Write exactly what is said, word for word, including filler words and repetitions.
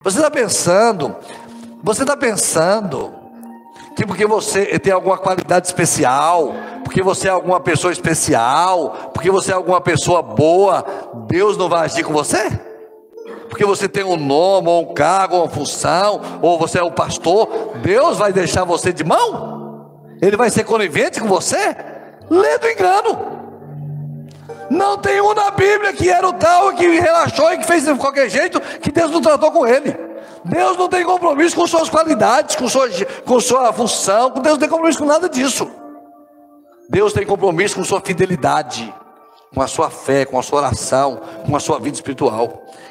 Você está pensando, você está pensando que porque você tem alguma qualidade especial, porque você é alguma pessoa especial, porque você é alguma pessoa boa, Deus não vai agir com você? Porque você tem um nome, ou um cargo, ou uma função, ou você é um pastor, Deus vai deixar você de mão? Ele vai ser conivente com você? Lê do engano. Não tem um na Bíblia que era o tal, que relaxou e que fez de qualquer jeito, que Deus não tratou com ele. Deus não tem compromisso com suas qualidades, com sua, com sua função. Deus não tem compromisso com nada disso. Deus tem compromisso com sua fidelidade, com a sua fé, com a sua oração, com a sua vida espiritual.